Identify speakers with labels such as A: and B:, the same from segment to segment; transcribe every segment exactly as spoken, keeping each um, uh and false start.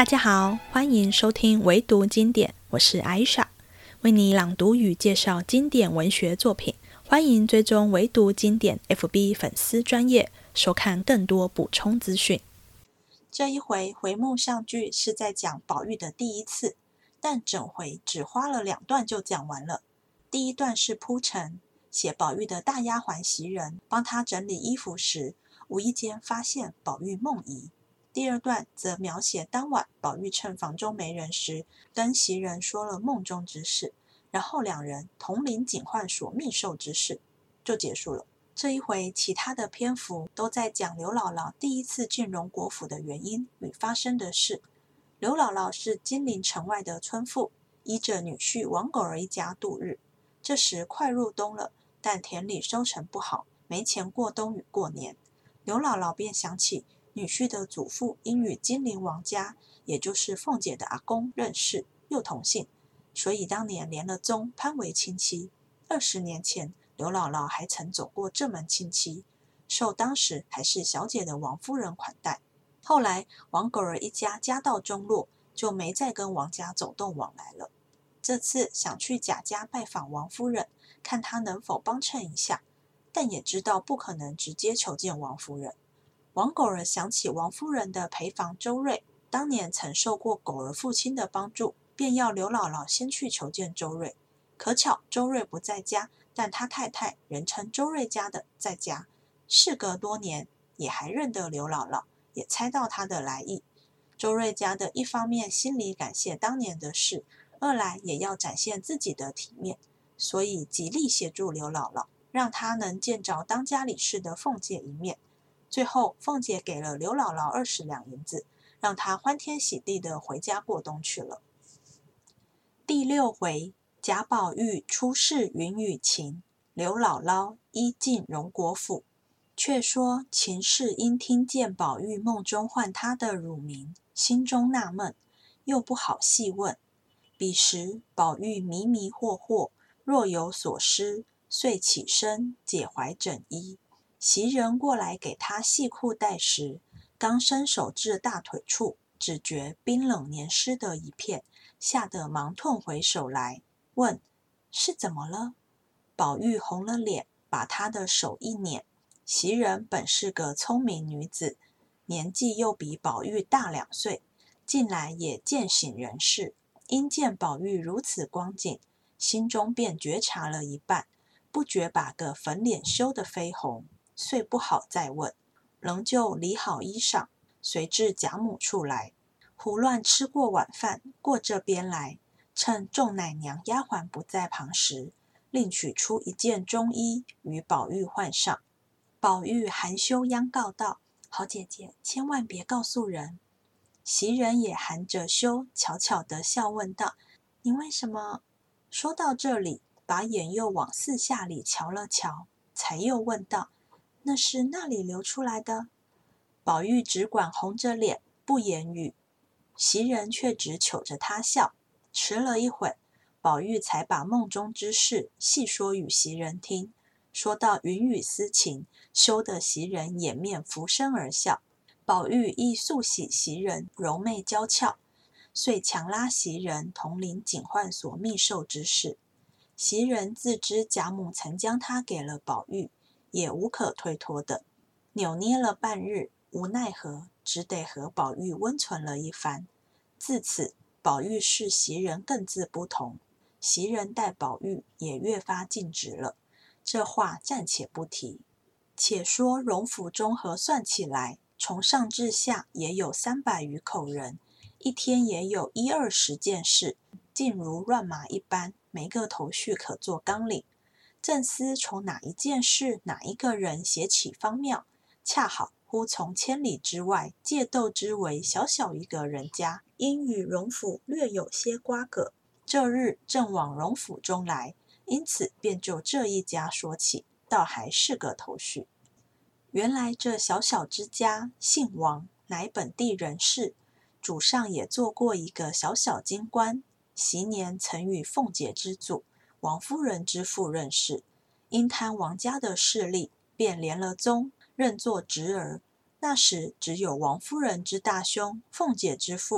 A: 大家好，欢迎收听唯读经典，我是艾莎，为你朗读与介绍经典文学作品。欢迎追踪唯读经典 F B 粉丝专页，收看更多补充资讯。
B: 这一回回目上句是在讲宝玉的第一次，但整回只花了两段就讲完了。第一段是铺陈，写宝玉的大丫鬟袭人帮他整理衣服时，无意间发现宝玉梦遗。第二段则描写当晚宝玉趁房中没人时，跟袭人说了梦中之事，然后两人同领警幻所密授之事，就结束了。这一回其他的篇幅都在讲刘姥姥第一次进荣国府的原因与发生的事。刘姥姥是金陵城外的村妇，依着女婿王狗儿一家度日。这时快入冬了，但田里收成不好，没钱过冬与过年。刘姥姥便想起女婿的祖父因与金陵王家，也就是凤姐的阿公认识，又同姓，所以当年连了宗，攀为亲戚。二十年前刘姥姥还曾走过这门亲戚，受当时还是小姐的王夫人款待。后来王狗儿一家家道中落，就没再跟王家走动往来了。这次想去贾家拜访王夫人，看她能否帮衬一下，但也知道不可能直接求见王夫人。王狗儿想起王夫人的陪房周瑞，当年曾受过狗儿父亲的帮助，便要刘姥姥先去求见周瑞。可巧周瑞不在家，但他太太人称周瑞家的在家，事隔多年也还认得刘姥姥，也猜到她的来意。周瑞家的一方面心里感谢当年的事，二来也要展现自己的体面，所以极力协助刘姥姥，让她能见着当家理事的凤姐一面。最后凤姐给了刘姥姥二十两银子，让她欢天喜地地回家过冬去了。第六回贾宝玉出仕云雨情，刘姥姥依进荣国府。却说秦氏因听见宝玉梦中唤他的乳名，心中纳闷，又不好细问。彼时宝玉迷迷惑惑，若有所失，遂起身解怀枕衣。袭人过来给他系裤带时，刚伸手至大腿处，只觉冰冷黏湿的一片，吓得忙退回手来，问是怎么了？宝玉红了脸，把他的手一捻。袭人本是个聪明女子，年纪又比宝玉大两岁，近来也渐醒人事，因见宝玉如此光景，心中便觉察了一半，不觉把个粉脸羞得绯红，遂不好再问，仍旧理好衣裳，随至贾母处来。胡乱吃过晚饭，过这边来，趁众奶娘丫鬟不在旁时，另取出一件中衣与宝玉换上。宝玉含羞央告道：好姐姐，千万别告诉人。袭人也含着羞，悄悄地笑问道：你为什么？说到这里，把眼又往四下里瞧了瞧，才又问道：那是那里流出来的？宝玉只管红着脸不言语，袭人却只糗着他笑。迟了一会，宝玉才把梦中之事细说与袭人听，说到云雨私情，羞得袭人掩面拂身而笑。宝玉亦素喜袭人柔媚娇俏，遂强拉袭人同领警幻所密授之事。袭人自知贾母曾将他给了宝玉，也无可推脱的，扭捏了半日，无奈何，只得和宝玉温存了一番。自此宝玉视袭人更自不同，袭人待宝玉也越发尽职了。这话暂且不提，且说荣府中核算起来，从上至下也有三百余口人，一天也有一二十件事，尽如乱麻一般，没个头绪可做纲领。正思从哪一件事哪一个人写起方妙，恰好忽从千里之外借斗之为小小一个人家，因与荣府略有些瓜葛，这日正往荣府中来，因此便就这一家说起，倒还是个头绪。原来这小小之家姓王，乃本地人士，主上也做过一个小小京官，昔年曾与凤姐之祖王夫人之妇认识，因贪王家的势力，便连了宗，认作侄儿。那时只有王夫人之大兄凤姐之父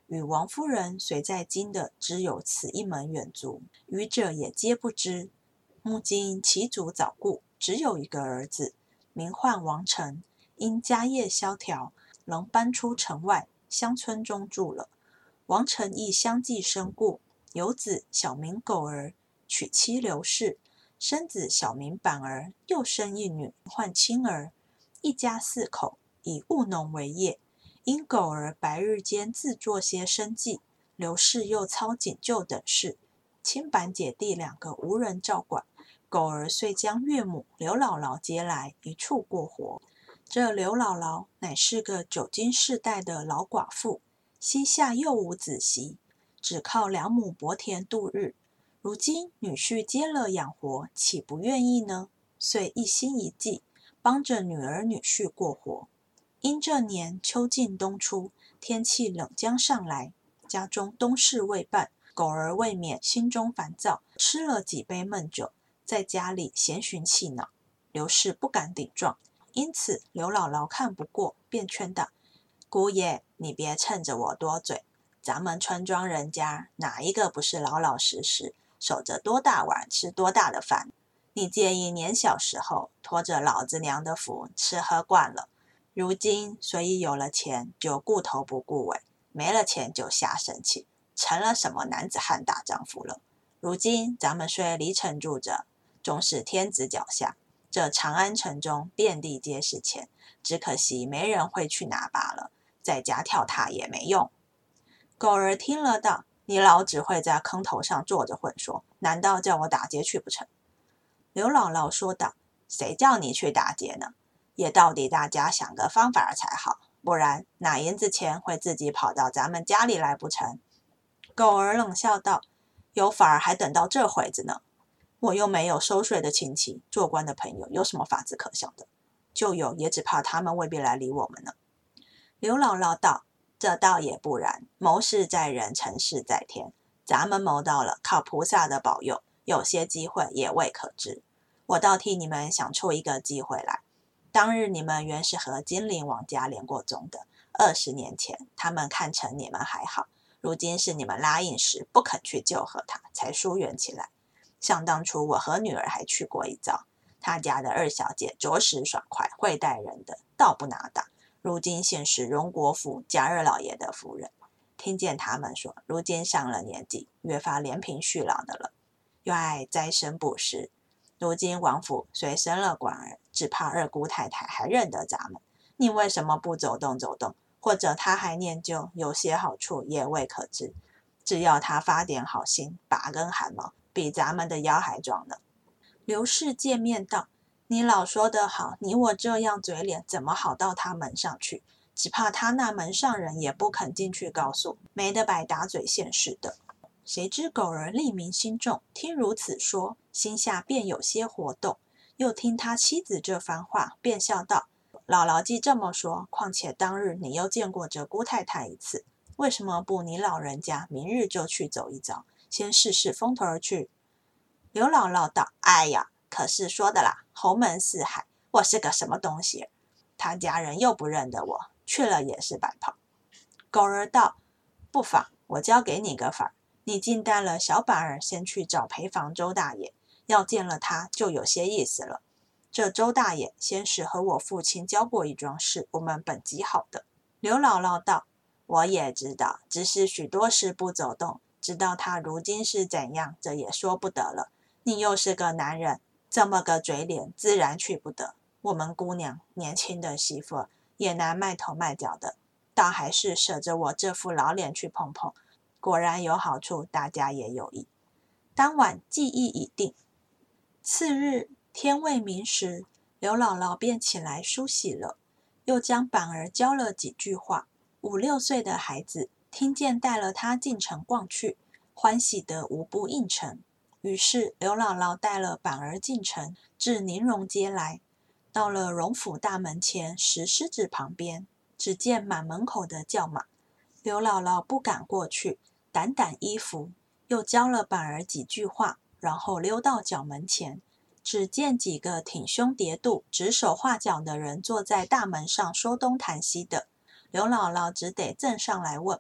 B: 与王夫人随在京的只有此一门远族，余者也皆不知。目今其祖早故，只有一个儿子，名唤王成，因家业萧条，仍搬出城外，乡村中住了。王成亦相继身故，有子小名狗儿，娶妻刘氏，生子小名板儿，又生一女，唤青儿。一家四口，以务农为业。因狗儿白日间自做些生计，刘氏又操警救等事，亲板姐弟两个无人照管，狗儿遂将岳母刘姥姥接来，一处过活。这刘姥姥乃是个久经世代的老寡妇，膝下又无子媳，只靠两亩薄田度日。如今女婿接了养活，岂不愿意呢？遂一心一计，帮着女儿女婿过活。因这年秋尽冬初，天气冷将上来，家中冬事未办，狗儿未免心中烦躁，吃了几杯闷酒，在家里闲寻气恼。刘氏不敢顶撞，因此刘姥姥看不过，便劝道：姑爷，你别趁着我多嘴，咱们村庄人家哪一个不是老老实实，守着多大碗吃多大的饭？你介意年小时候拖着老子娘的福吃喝惯了，如今虽已有了钱，就顾头不顾尾，没了钱就瞎生气，成了什么男子汉大丈夫了。如今咱们虽离城住着，终是天子脚下，这长安城中遍地皆是钱，只可惜没人会去拿罢了，在家跳踏也没用。狗儿听了道：你老只会在坑头上坐着混说，难道叫我打劫去不成？刘姥姥说道：谁叫你去打劫呢？也到底大家想个方法才好，不然哪银子钱会自己跑到咱们家里来不成？狗儿冷笑道：有法儿还等到这会子呢，我又没有收税的亲戚，做官的朋友，有什么法子可想的？就有也只怕他们未必来理我们呢。刘姥姥道：这倒也不然，谋事在人，成事在天，咱们谋到了，靠菩萨的保佑，有些机会也未可知。我倒替你们想出一个机会来。当日你们原是和金陵王家连过宗的，二十年前他们看成你们还好，如今是你们拉硬时不肯去救和他，才疏远起来。想当初我和女儿还去过一遭，他家的二小姐着实爽快，会待人的，倒不拿打。如今现是荣国府贾二老爷的夫人，听见他们说，如今上了年纪，越发连贫续老的了，又爱栽生布施。如今王府虽生了官儿，只怕二姑太太还认得咱们，你为什么不走动走动？或者他还念旧，有些好处也未可知。只要他发点好心，拔根汗毛，比咱们的腰还壮呢。刘氏见面道：你老说得好，你我这样嘴脸，怎么好到他门上去？只怕他那门上人也不肯进去告诉，没得摆打嘴现世的。谁知狗儿利民心重，听如此说，心下便有些活动。又听他妻子这番话，便笑道：姥姥既这么说，况且当日你又见过这姑太太一次，为什么不你老人家明日就去走一遭，先试试风头而去？刘姥姥道：哎呀，可是说的啦，侯门四海，我是个什么东西？他家人又不认得我，去了也是白跑。狗儿道：不妨，我教给你个法儿，你竟带了小板儿先去找陪房周大爷，要见了他就有些意思了。这周大爷先是和我父亲交过一桩事，我们本极好的。刘姥姥道：我也知道，只是许多事不走动，知道他如今是怎样，这也说不得了。你又是个男人，这么个嘴脸，自然去不得。我们姑娘年轻的媳妇也难卖头卖脚的，倒还是舍着我这副老脸去碰碰，果然有好处，大家也有益。当晚计议已定。次日天未明时，刘姥姥便起来梳洗了，又将板儿教了几句话。五六岁的孩子听见带了他进城逛去，欢喜得无不应承。于是刘姥姥带了板儿进城，至宁荣街来。到了荣府大门前石狮子旁边，只见满门口的叫马，刘姥姥不敢过去，掸掸衣服，又教了板儿几句话，然后溜到角门前，只见几个挺胸叠肚、指手画脚的人坐在大门上说东谈西的。刘姥姥只得正上来问：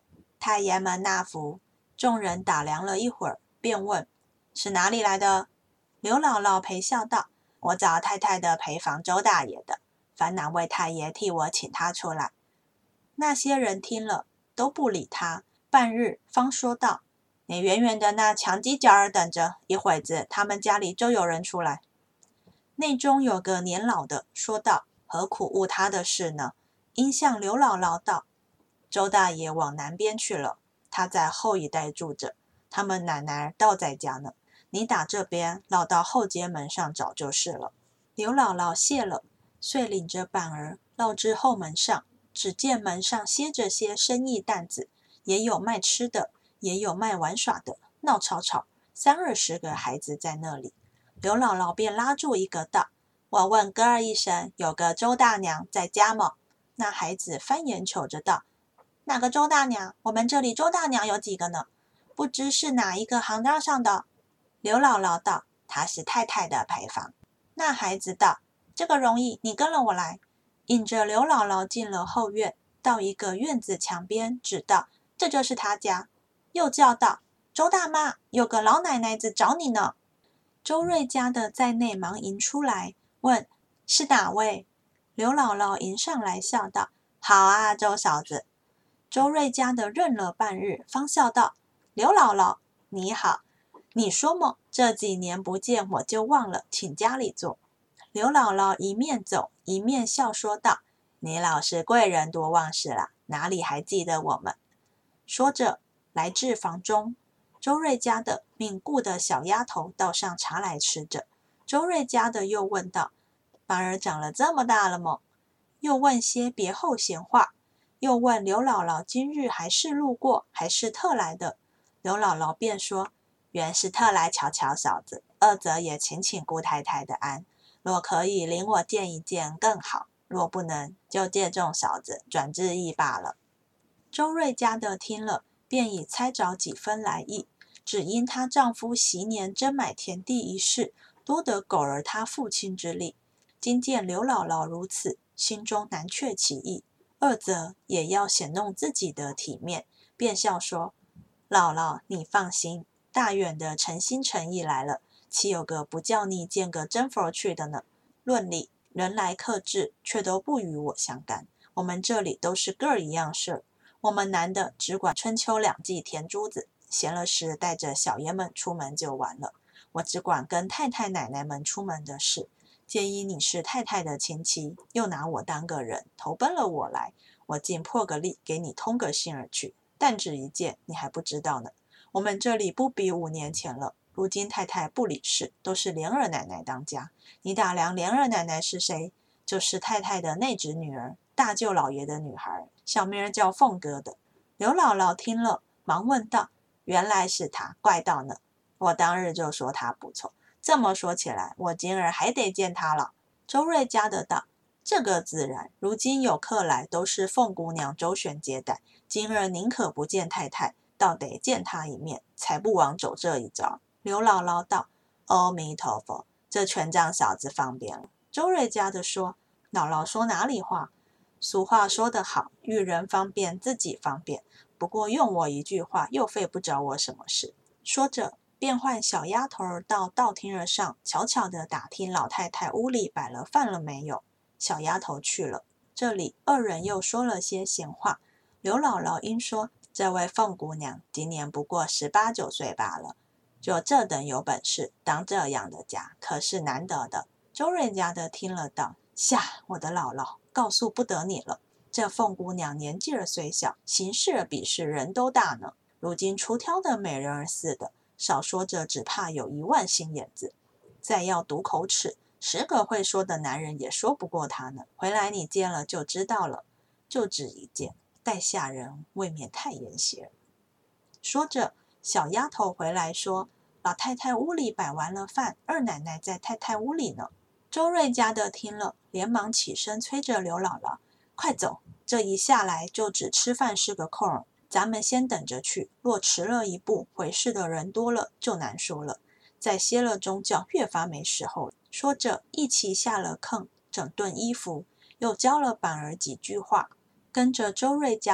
B: 太爷们纳福。众人打量了一会儿，便问：是哪里来的？刘姥姥陪笑道：我找太太的陪房周大爷的，烦哪位太爷替我请他出来。那些人听了都不理他，半日方说道：你远远的那墙犄角儿等着，一会子他们家里就有人出来。内中有个年老的说道：何苦误他的事呢？因向刘姥姥道：周大爷往南边去了，他在后一带住着，他们奶奶倒在家呢，你打这边绕到后街门上找就是了。刘姥姥谢了，遂领着板儿绕至后门上，只见门上歇着些生意担子，也有卖吃的，也有卖玩耍的，闹吵吵，三二十个孩子在那里。刘姥姥便拉住一个道：我问哥儿一声，有个周大娘在家吗？那孩子翻眼瞅着道：哪个周大娘？我们这里周大娘有几个呢？不知是哪一个行当上的？刘姥姥道：她是太太的陪房。那孩子道：这个容易，你跟了我来。引着刘姥姥进了后院，到一个院子墙边，指道：这就是他家。又叫道：周大妈，有个老奶奶子找你呢。周瑞家的在内忙迎出来，问：是哪位？刘姥姥迎上来笑道：好啊，周嫂子。周瑞家的认了半日，方笑道：刘姥姥你好，你说么？这几年不见，我就忘了，请家里坐。刘姥姥一面走一面笑说道：你老是贵人多忘事了，哪里还记得我们？说着来至房中，周瑞家的命雇的小丫头倒上茶来吃着。周瑞家的又问道：板儿长了这么大了么？又问些别后闲话，又问刘姥姥今日还是路过，还是特来的？刘姥姥便说：原是特来瞧瞧嫂子，二则也请请姑太太的安，若可以领我见一见更好，若不能就借重嫂子转致意罢了。周瑞家的听了，便已猜着几分来意，只因她丈夫昔年争买田地一事，多得狗儿她父亲之力，今见刘姥姥如此，心中难却其意，二则也要显弄自己的体面，便笑说：姥姥你放心，大远的诚心诚意来了，岂有个不叫你见个真佛去的呢？论理人来客至，却都不与我相干，我们这里都是个儿一样事儿，我们男的只管春秋两季填珠子，闲了时带着小爷们出门就完了，我只管跟太太奶奶们出门的事。介意你是太太的亲戚，又拿我当个人，投奔了我来，我竟破个例给你通个信儿去，但只一件你还不知道呢。我们这里不比五年前了，如今太太不理事，都是莲儿奶奶当家。你打量莲儿奶奶是谁？就是太太的内侄女儿，大舅老爷的女孩，小名儿叫凤哥的。刘姥姥听了，忙问道：原来是她，怪道呢。我当日就说她不错，这么说起来，我今儿还得见她了。周瑞家的道：这个自然，如今有客来，都是凤姑娘周旋接待，今儿宁可不见太太，倒得见她一面，才不枉走这一遭。刘姥姥道：阿弥陀佛，这全仗嫂子方便了。周瑞家的说：姥姥说哪里话？俗话说得好，遇人方便自己方便，不过用我一句话，又费不着我什么事。说着便唤小丫头儿到道厅儿上，悄悄地打听老太太屋里摆了饭了没有。小丫头去了，这里二人又说了些闲话。刘姥姥因说：这位凤姑娘今年不过十八九岁罢了，就这等有本事，当这样的家可是难得的。周瑞家的听了道：下，我的姥姥，告诉不得你了。这凤姑娘年纪儿虽小，行事儿比是人都大呢。如今出挑的美人儿似的，少说着只怕有一万心眼子，再要赌口齿，十个会说的男人也说不过她呢。回来你见了就知道了，就只一件，待下人未免太严些。说着，小丫头回来说：老太太屋里摆完了饭，二奶奶在太太屋里呢。周瑞家的听了，连忙起身催着刘姥姥：快走，这一下来就只吃饭是个空儿，咱们先等着去，若迟了一步，回事的人多了就难说了，再歇了中觉越发没时候。说着一齐下了炕，整顿衣服，又教了板儿几句话，跟着周瑞家的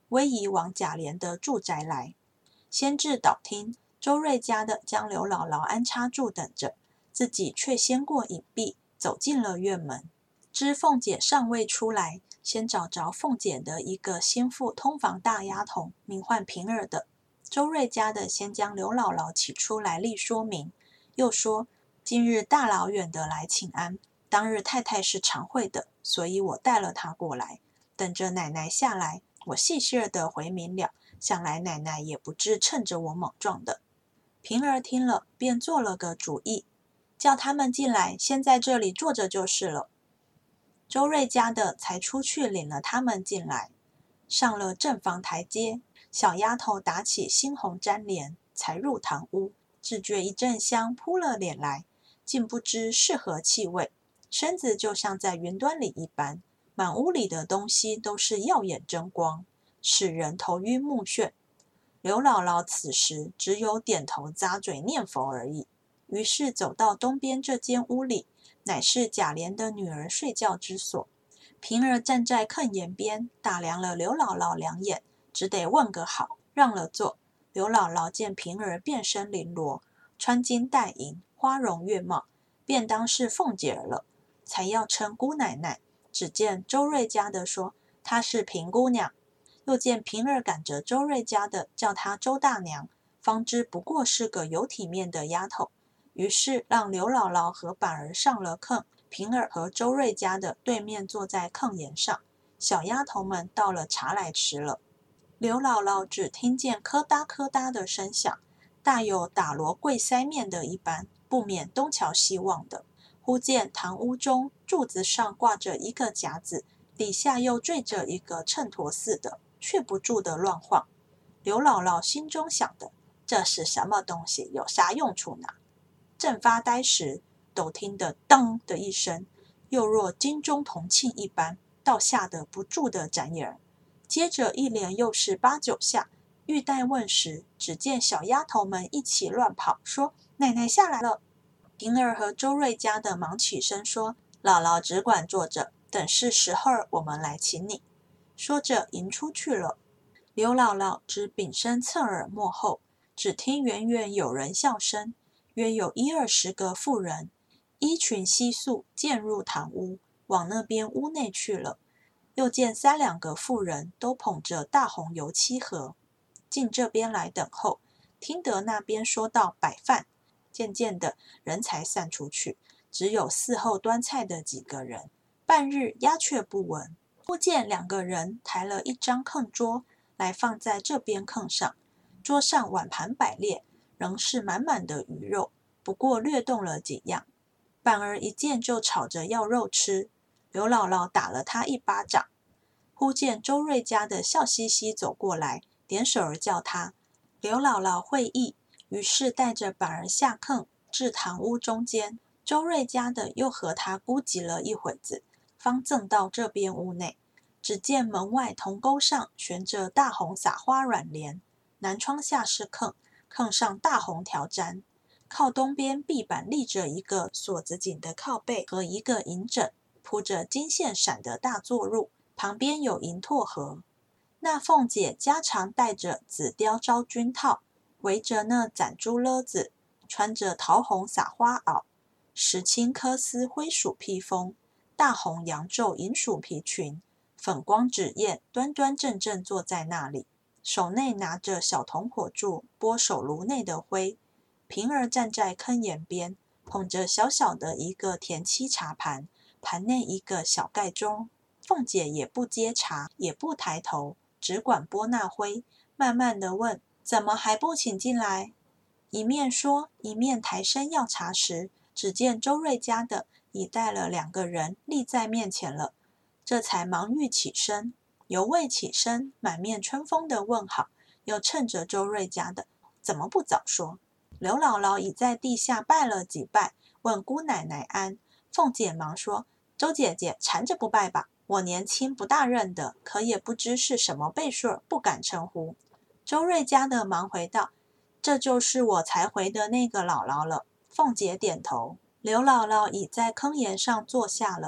B: 威仪往贾琏的住宅来。先至倒厅，周瑞家的将刘姥姥安插住等着，自己却先过隐蔽，走进了院门。知凤姐尚未出来，先找着凤姐的一个心腹通房大丫头，名唤平儿的。周瑞家的先将刘姥姥起出来例说明，又说今日大老远的来请安，当日太太是常会的，所以我带了她过来，等着奶奶下来，我细细的回明了，想来奶奶也不知趁着我莽撞的。平儿听了，便做了个主意，叫他们进来，先在这里坐着就是了。周瑞家的才出去领了他们进来，上了正房台阶，小丫头打起猩红粘帘，才入堂屋，只觉一阵香扑了脸来，竟不知是何气味，身子就像在云端里一般，满屋里的东西都是耀眼争光，使人头晕目眩。刘姥姥此时只有点头咂嘴念佛而已。于是走到东边这间屋里，乃是贾琏的女儿睡觉之所。平儿站在炕沿边，打量了刘姥姥两眼，只得问个好，让了座。刘姥姥见平儿遍身绫罗，穿金戴银，花容月貌，便当是凤姐儿了，才要称姑奶奶。只见周瑞家的说她是平姑娘，又见平儿赶着周瑞家的叫她周大娘，方知不过是个有体面的丫头。于是让刘姥姥和板儿上了炕，平儿和周瑞家的对面坐在炕沿上，小丫头们倒了茶来吃了。刘姥姥只听见磕哒磕哒的声响，大有打锣跪腮面的一般，不免东瞧西望的。忽见堂屋中柱子上挂着一个夹子，底下又坠着一个秤砣似的，却不住的乱晃。刘姥姥心中想的，这是什么东西，有啥用处呢？正发呆时，陡听得当的一声，又若金钟铜磬一般，倒吓得不住的眨眼儿。接着一连又是八九下，欲待问时，只见小丫头们一起乱跑，说奶奶下来了。平儿和周瑞家的忙起身说，姥姥只管坐着，等是时候我们来请你。说着迎出去了。刘姥姥只屏身侧耳幕后，只听远远有人笑声，约有一二十个妇人，衣裙悉素，渐入堂屋，往那边屋内去了。又见三两个妇人都捧着大红油漆盒，进这边来等候，听得那边说到摆饭，渐渐的人才散出去，只有伺候端菜的几个人，半日鸦雀不闻。忽见两个人抬了一张炕桌来放在这边炕上，桌上碗盘摆列，仍是满满的鱼肉，不过略动了几样。板儿一见就吵着要肉吃，刘姥姥打了他一巴掌。忽见周瑞家的笑嘻嘻走过来，点手儿叫他。刘姥姥会意，于是带着板儿下炕，至堂屋中间。周瑞家的又和他估计了一会子，方赠到这边屋内。只见门外铜钩上悬着大红撒花软帘，南窗下是炕，炕上大红条毡，靠东边壁板立着一个锁子紧的靠背和一个银枕，铺着金线闪的大坐褥，旁边有银拓盒。那凤姐家常戴着紫貂昭君套，围着那攒珠勒子，穿着桃红撒花袄，石青缂丝灰鼠披风，大红洋皱银鼠皮裙，粉光纸砚，端端正正坐在那里，手内拿着小铜火柱拨手炉内的灰。平儿站在坑沿边，捧着小小的一个田七茶盘，盘内一个小盖盅。凤姐也不接茶，也不抬头，只管拨那灰，慢慢地问，怎么还不请进来？一面说，一面抬身要茶时，只见周瑞家的已带了两个人立在面前了，这才忙欲起身，犹未起身，满面春风的问好，又趁着周瑞家的怎么不早说？刘姥姥已在地下拜了几拜，问姑奶奶安。凤姐忙说，周姐姐缠着不拜吧，我年轻不大认得，可也不知是什么辈数，不敢称呼。周瑞家的忙回道，这就是我才回的那个姥姥了。凤姐点头。刘姥姥已在坑沿上坐下了，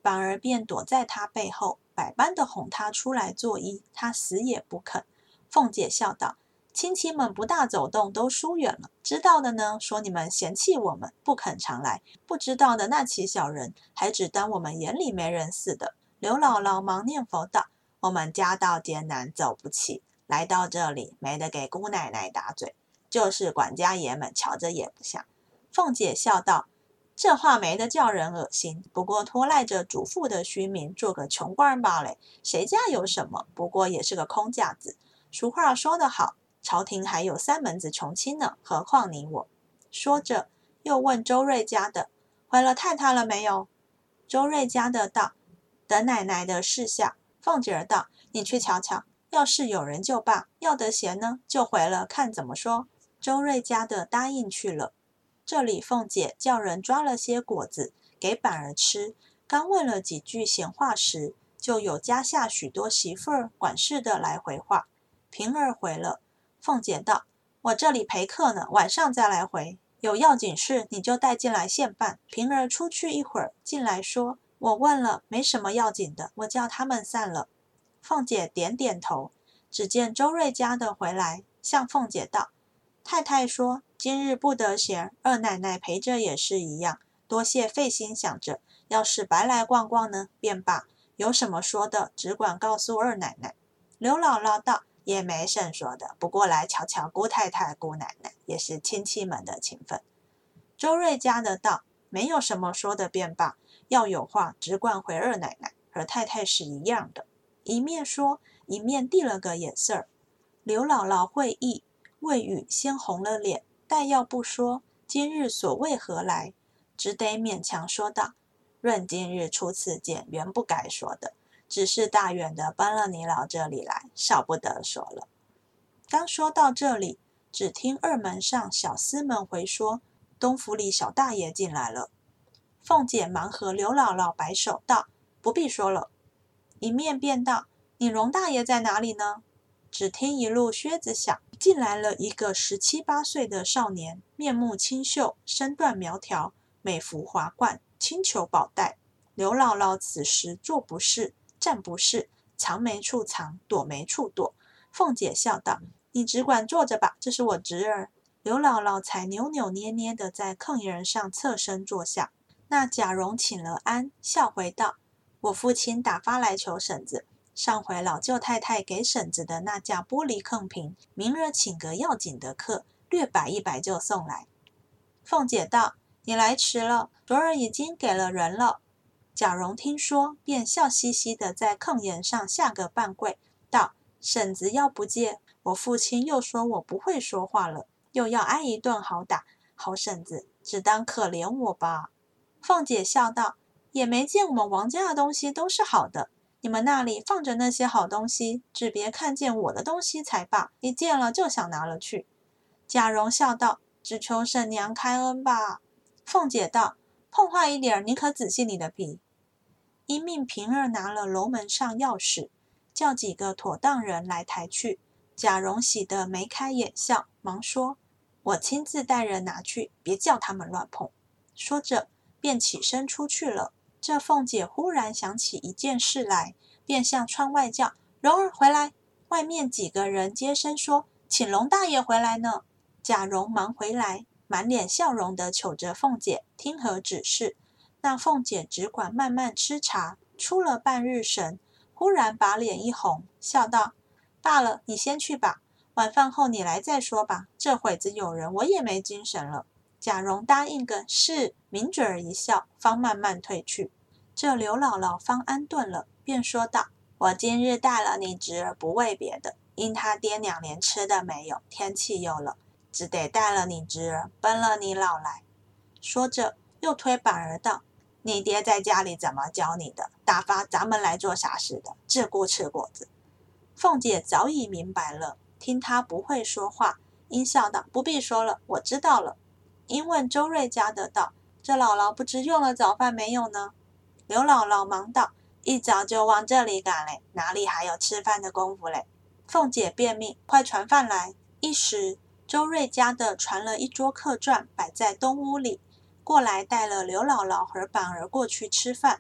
B: 板儿便躲在他背后，百般的哄他出来作揖，他死也不肯。凤姐笑道：亲戚们不大走动，都疏远了。知道的呢，说你们嫌弃我们，不肯常来；不知道的那起小人，还只当我们眼里没人似的。刘姥姥忙念佛道：我们家道艰难，走不起，来到这里没得给姑奶奶打嘴，就是管家爷们瞧着也不像。凤姐笑道：这话没得叫人恶心，不过拖赖着主妇的虚名，做个穷官罢了。谁家有什么，不过也是个空架子。俗话说得好，朝廷还有三门子穷亲呢，何况你我。说着又问周瑞家的：回了太太了没有？周瑞家的道：等奶奶的事下。凤姐儿道：你去瞧瞧，要是有人就罢，要得闲呢，就回了看怎么说。周瑞家的答应去了。这里凤姐叫人抓了些果子给板儿吃，刚问了几句闲话时，就有家下许多媳妇儿管事的来回话。平儿回了，凤姐道：我这里陪客呢，晚上再来回，有要紧事你就带进来现办。平儿出去一会儿，进来说：我问了，没什么要紧的，我叫他们散了。凤姐点点头，只见周瑞家的回来，向凤姐道：太太说今日不得闲，二奶奶陪着也是一样，多谢费心想着，要是白来逛逛呢，便罢，有什么说的，只管告诉二奶奶。刘姥姥道：也没甚说的，不过来瞧瞧姑太太姑奶奶，也是亲戚们的情分。周瑞家的道：没有什么说的便罢，要有话只管回二奶奶，和太太是一样的。一面说，一面递了个眼色儿。刘姥姥会意，魏语先红了脸，待要不说今日所谓何来，只得勉强说道：论今日初次见，原不该说的，只是大远的搬了你老这里来，少不得说了。刚说到这里，只听二门上小厮们回说东府里小大爷进来了。凤姐忙和刘姥姥摆手道：不必说了。一面便道：你荣大爷在哪里呢？只听一路靴子响，进来了一个十七八岁的少年，面目清秀，身段苗条，美服华冠，轻裘宝带。刘姥姥此时坐不是，站不是，藏没处藏，躲没处躲。凤姐笑道：你只管坐着吧，这是我侄儿。刘姥姥才扭扭捏捏的在炕沿上侧身坐下。那贾蓉请了安，笑回道：我父亲打发来求婶子，上回老舅太太给婶子的那架玻璃炕瓶，明儿请个要紧的客，略摆一摆就送来。凤姐道：你来迟了，昨儿已经给了人了。贾蓉听说，便笑嘻嘻的在炕沿上下个半跪，道：婶子要不借，我父亲又说我不会说话了，又要挨一顿好打，好婶子只当可怜我吧。凤姐笑道：也没见我们王家的东西都是好的，你们那里放着那些好东西，只别看见我的东西才罢，一见了就想拿了去。贾蓉笑道：只求婶娘开恩吧。凤姐道：碰坏一点，你可仔细你的皮。一命平儿拿了楼门上钥匙，叫几个妥当人来抬去。贾蓉喜得眉开眼笑，忙说：我亲自带人拿去，别叫他们乱碰。说着便起身出去了。这凤姐忽然想起一件事来，便向窗外叫：蓉儿回来。外面几个人接声说：请龙大爷回来呢。贾蓉忙回来，满脸笑容地求着凤姐听何指示。那凤姐只管慢慢吃茶，出了半日神，忽然把脸一红，笑道：罢了，你先去吧，晚饭后你来再说吧，这会子有人，我也没精神了。贾蓉答应个是，抿嘴儿一笑，方慢慢退去。这刘姥姥方安顿了，便说道：我今日带了你侄儿，不为别的，因他爹娘连吃的没有，天气又冷，只得带了你侄儿，奔了你老来。说着又推板儿道：你爹在家里怎么教你的？打发咱们来做啥事的？只顾吃果子。凤姐早已明白了，听他不会说话，因笑道：不必说了，我知道了。因问周瑞家的道：这姥姥不知用了早饭没有呢？刘姥姥忙道：一早就往这里赶嘞，哪里还有吃饭的功夫嘞？凤姐便命快传饭来。一时周瑞家的传了一桌客馔摆在东屋里，过来带了刘姥姥和板儿过去吃饭。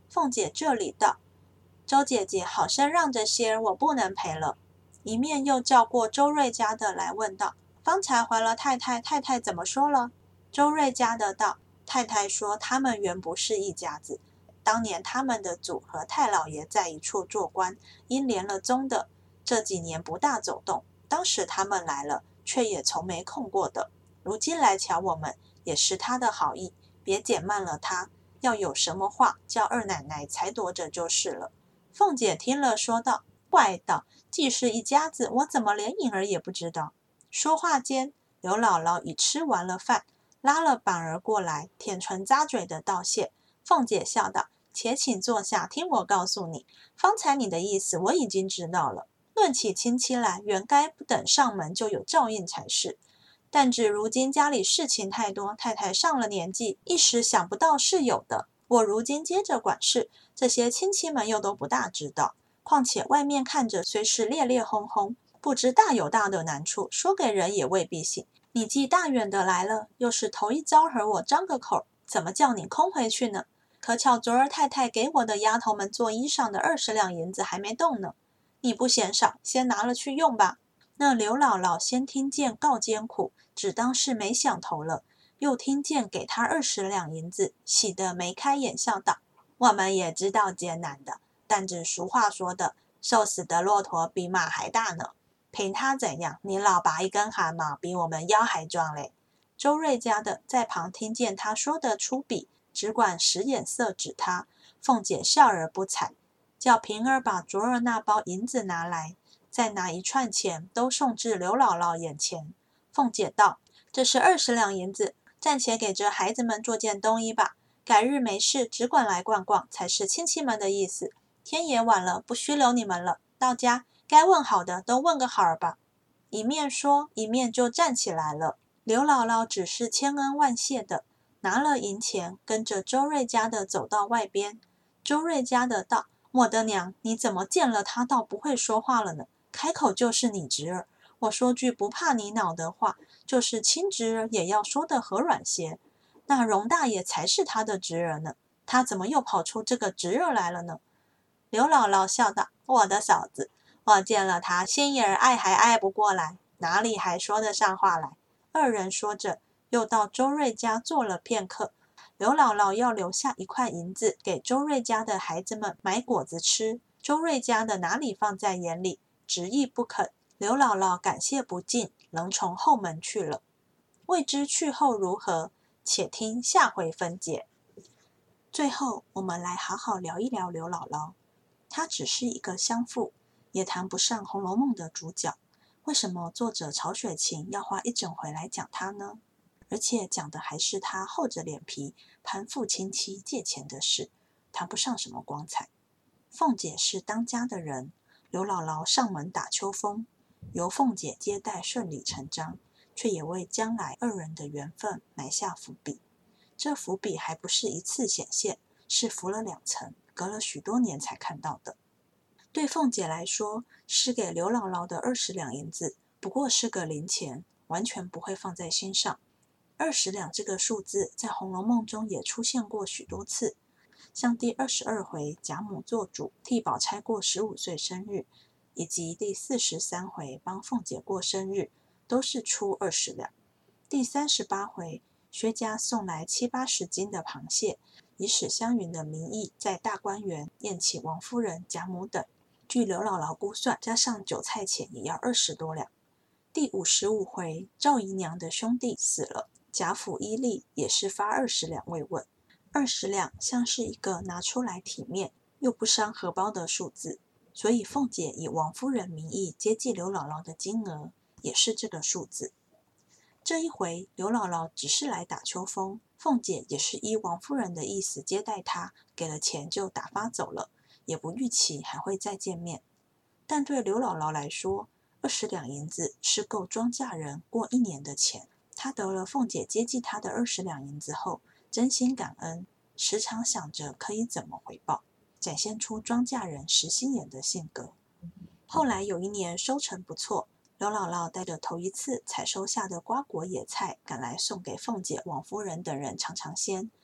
B: 凤姐这里道：周姐姐好生让着些儿，我不能陪了。一面又叫过周瑞家的来问道：方才回了太太，太太怎么说了？周瑞家的道：太太说他们原不是一家子，当年他们的祖和太老爷在一处做官，因连了宗的，这几年不大走动，当时他们来了，却也从没空过的。如今来瞧我们，也是他的好意，别减慢了他，要有什么话叫二奶奶裁夺着就是了。凤姐听了说道：怪道，既是一家子，我怎么连影儿也不知道？说话间，刘姥姥已吃完了饭，拉了板儿过来，舔唇咂嘴的道谢。凤姐笑道：且请坐下，听我告诉你，方才你的意思我已经知道了。论起亲戚来，原该不等上门就有照应才是。但只如今家里事情太多，太太上了年纪，一时想不到是有的。我如今接着管事，这些亲戚们又都不大知道。况且外面看着虽是烈烈轰轰，不知大有大的难处，说给人也未必信。你既大远的来了，又是头一遭和我张个口，怎么叫你空回去呢？可巧昨儿太太给我的丫头们做衣裳的二十两银子还没动呢，你不嫌少，先拿了去用吧。那刘姥姥先听见告艰苦，只当是没想头了，又听见给她二十两银子，喜得眉开眼笑道：我们也知道艰难的，但只俗话说的，瘦死的骆驼比马还大呢。凭他怎样，你老拔一根汗毛比我们腰还壮嘞。周瑞家的在旁听见他说的出笔，只管使眼色指他。凤姐笑而不睬，叫平儿把昨儿那包银子拿来，再拿一串钱都送至刘姥姥眼前。凤姐道：这是二十两银子，暂且给这孩子们做件冬衣吧，改日没事只管来逛逛，才是亲戚们的意思。天也晚了，不须留你们了，到家该问好的都问个好儿吧。一面说，一面就站起来了。刘姥姥只是千恩万谢的，拿了银钱，跟着周瑞家的走到外边。周瑞家的道：我的娘，你怎么见了他倒不会说话了呢？开口就是你侄儿，我说句不怕你恼的话，就是亲侄儿也要说得和软些。那荣大爷才是他的侄儿呢，他怎么又跑出这个侄儿来了呢？刘姥姥笑道：我的嫂子，我见了他心眼儿爱还爱不过来，哪里还说得上话来？二人说着，又到周瑞家坐了片刻。刘姥姥要留下一块银子给周瑞家的孩子们买果子吃，周瑞家的哪里放在眼里，执意不肯。刘姥姥感谢不尽，仍从后门去了。未知去后如何，且听下回分解。最后，我们来好好聊一聊刘姥姥。她只是一个乡妇，也谈不上《红楼梦》的主角。为什么作者曹雪芹要花一整回来讲她呢？而且讲的还是她厚着脸皮攀附亲戚借钱的事，谈不上什么光彩。凤姐是当家的人，刘姥姥上门打秋风，由凤姐接待顺理成章，却也为将来二人的缘分埋下伏笔。这伏笔还不是一次显现，是浮了两层，隔了许多年才看到的。对凤姐来说，施给刘姥姥的二十两银子不过是个零钱，完全不会放在心上。二十两这个数字在《红楼梦》中也出现过许多次，像第二十二回贾母做主替宝钗过十五岁生日，以及第四十三回帮凤姐过生日，都是出二十两。第三十八回薛家送来七八十斤的螃蟹，以史湘云的名义在大观园宴请王夫人、贾母等，据刘姥姥估算，加上酒菜钱也要二十多两。第五十五回赵姨娘的兄弟死了，贾府依例也是发二十两慰问。二十两像是一个拿出来体面又不伤荷包的数字，所以凤姐以王夫人名义接济刘姥姥的金额也是这个数字。这一回刘姥姥只是来打秋风，凤姐也是依王夫人的意思接待她，给了钱就打发走了，也不预期还会再见面。但对刘姥姥来说，二十两银子是够庄稼人过一年的钱。她得了凤姐接济她的二十两银子后，真心感恩，时常想着可以怎么回报，展现出庄稼人实心眼的性格。后来有一年收成不错，刘姥姥带着头一次采收下的瓜果野菜赶来送给凤姐、王夫人等人尝尝鲜。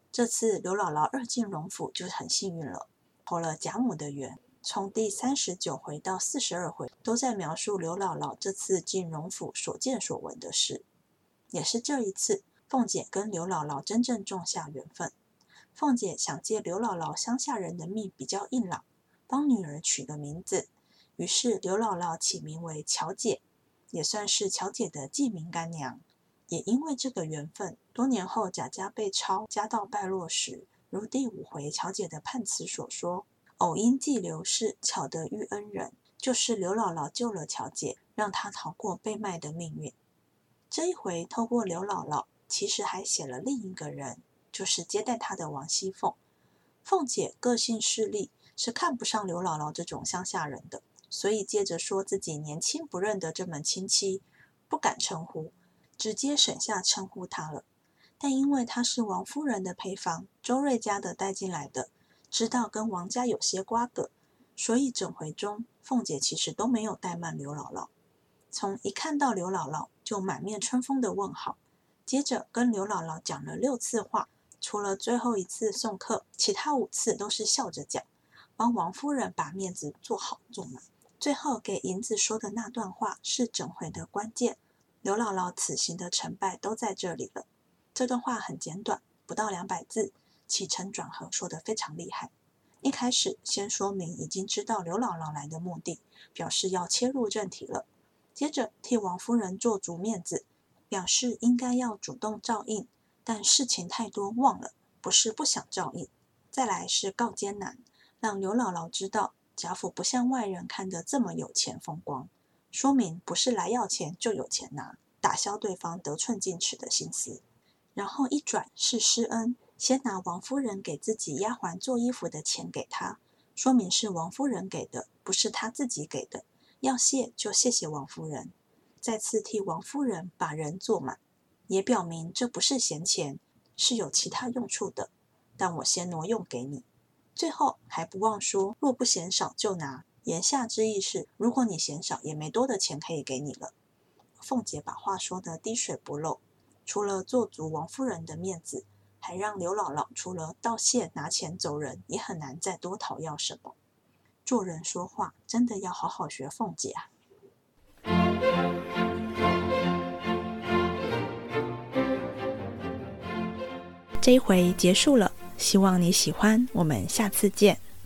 B: 这次刘姥姥二进荣府就很幸运了，投了贾母的缘。从第三十九回到四十二回都在描述刘姥姥这次进荣府所见所闻的事。也是这一次，凤姐跟刘姥姥真正种下缘分。凤姐想借刘姥姥乡下人的命比较硬朗，帮女儿取个名字，于是刘姥姥起名为巧姐，也算是巧姐的继名干娘。也因为这个缘分，多年后贾家被抄，家道败落时，如第五回巧姐的判词所说，偶因寄刘氏，巧得遇恩人，就是刘姥姥救了巧姐，让她逃过被卖的命运。这一回透过刘姥姥，其实还写了另一个人，就是接待她的王熙凤。凤姐个性势利，是看不上刘姥姥这种乡下人的，所以借着说自己年轻不认得这门亲戚，不敢称呼，直接省下称呼她了。但因为她是王夫人的陪房，周瑞家的带进来的，知道跟王家有些瓜葛，所以整回中凤姐其实都没有怠慢刘姥姥。从一看到刘姥姥就满面春风的问好，接着跟刘姥姥讲了六次话，除了最后一次送客，其他五次都是笑着讲，帮王夫人把面子做好做满。最后给银子说的那段话是整回的关键，刘姥姥此行的成败都在这里了。这段话很简短，不到两百字，起承转合说得非常厉害。一开始先说明已经知道刘姥姥来的目的，表示要切入正题了。接着替王夫人做足面子，表示应该要主动照应，但事情太多忘了，不是不想照应。再来是告艰难，让刘姥姥知道贾府不像外人看得这么有钱风光，说明不是来要钱就有钱拿，打消对方得寸进尺的心思。然后一转是施恩，先拿王夫人给自己丫鬟做衣服的钱给她，说明是王夫人给的，不是她自己给的，要谢就谢谢王夫人。再次替王夫人把人做满，也表明这不是闲钱，是有其他用处的，但我先挪用给你。最后还不忘说若不嫌少就拿，言下之意是如果你嫌少也没多的钱可以给你了。凤姐把话说得滴水不漏，除了做足王夫人的面子，还让刘姥姥除了道谢拿钱走人，也很难再多讨要什么。做人说话真的要好好学凤姐啊。
A: 这一回结束了，希望你喜欢，我们下次见。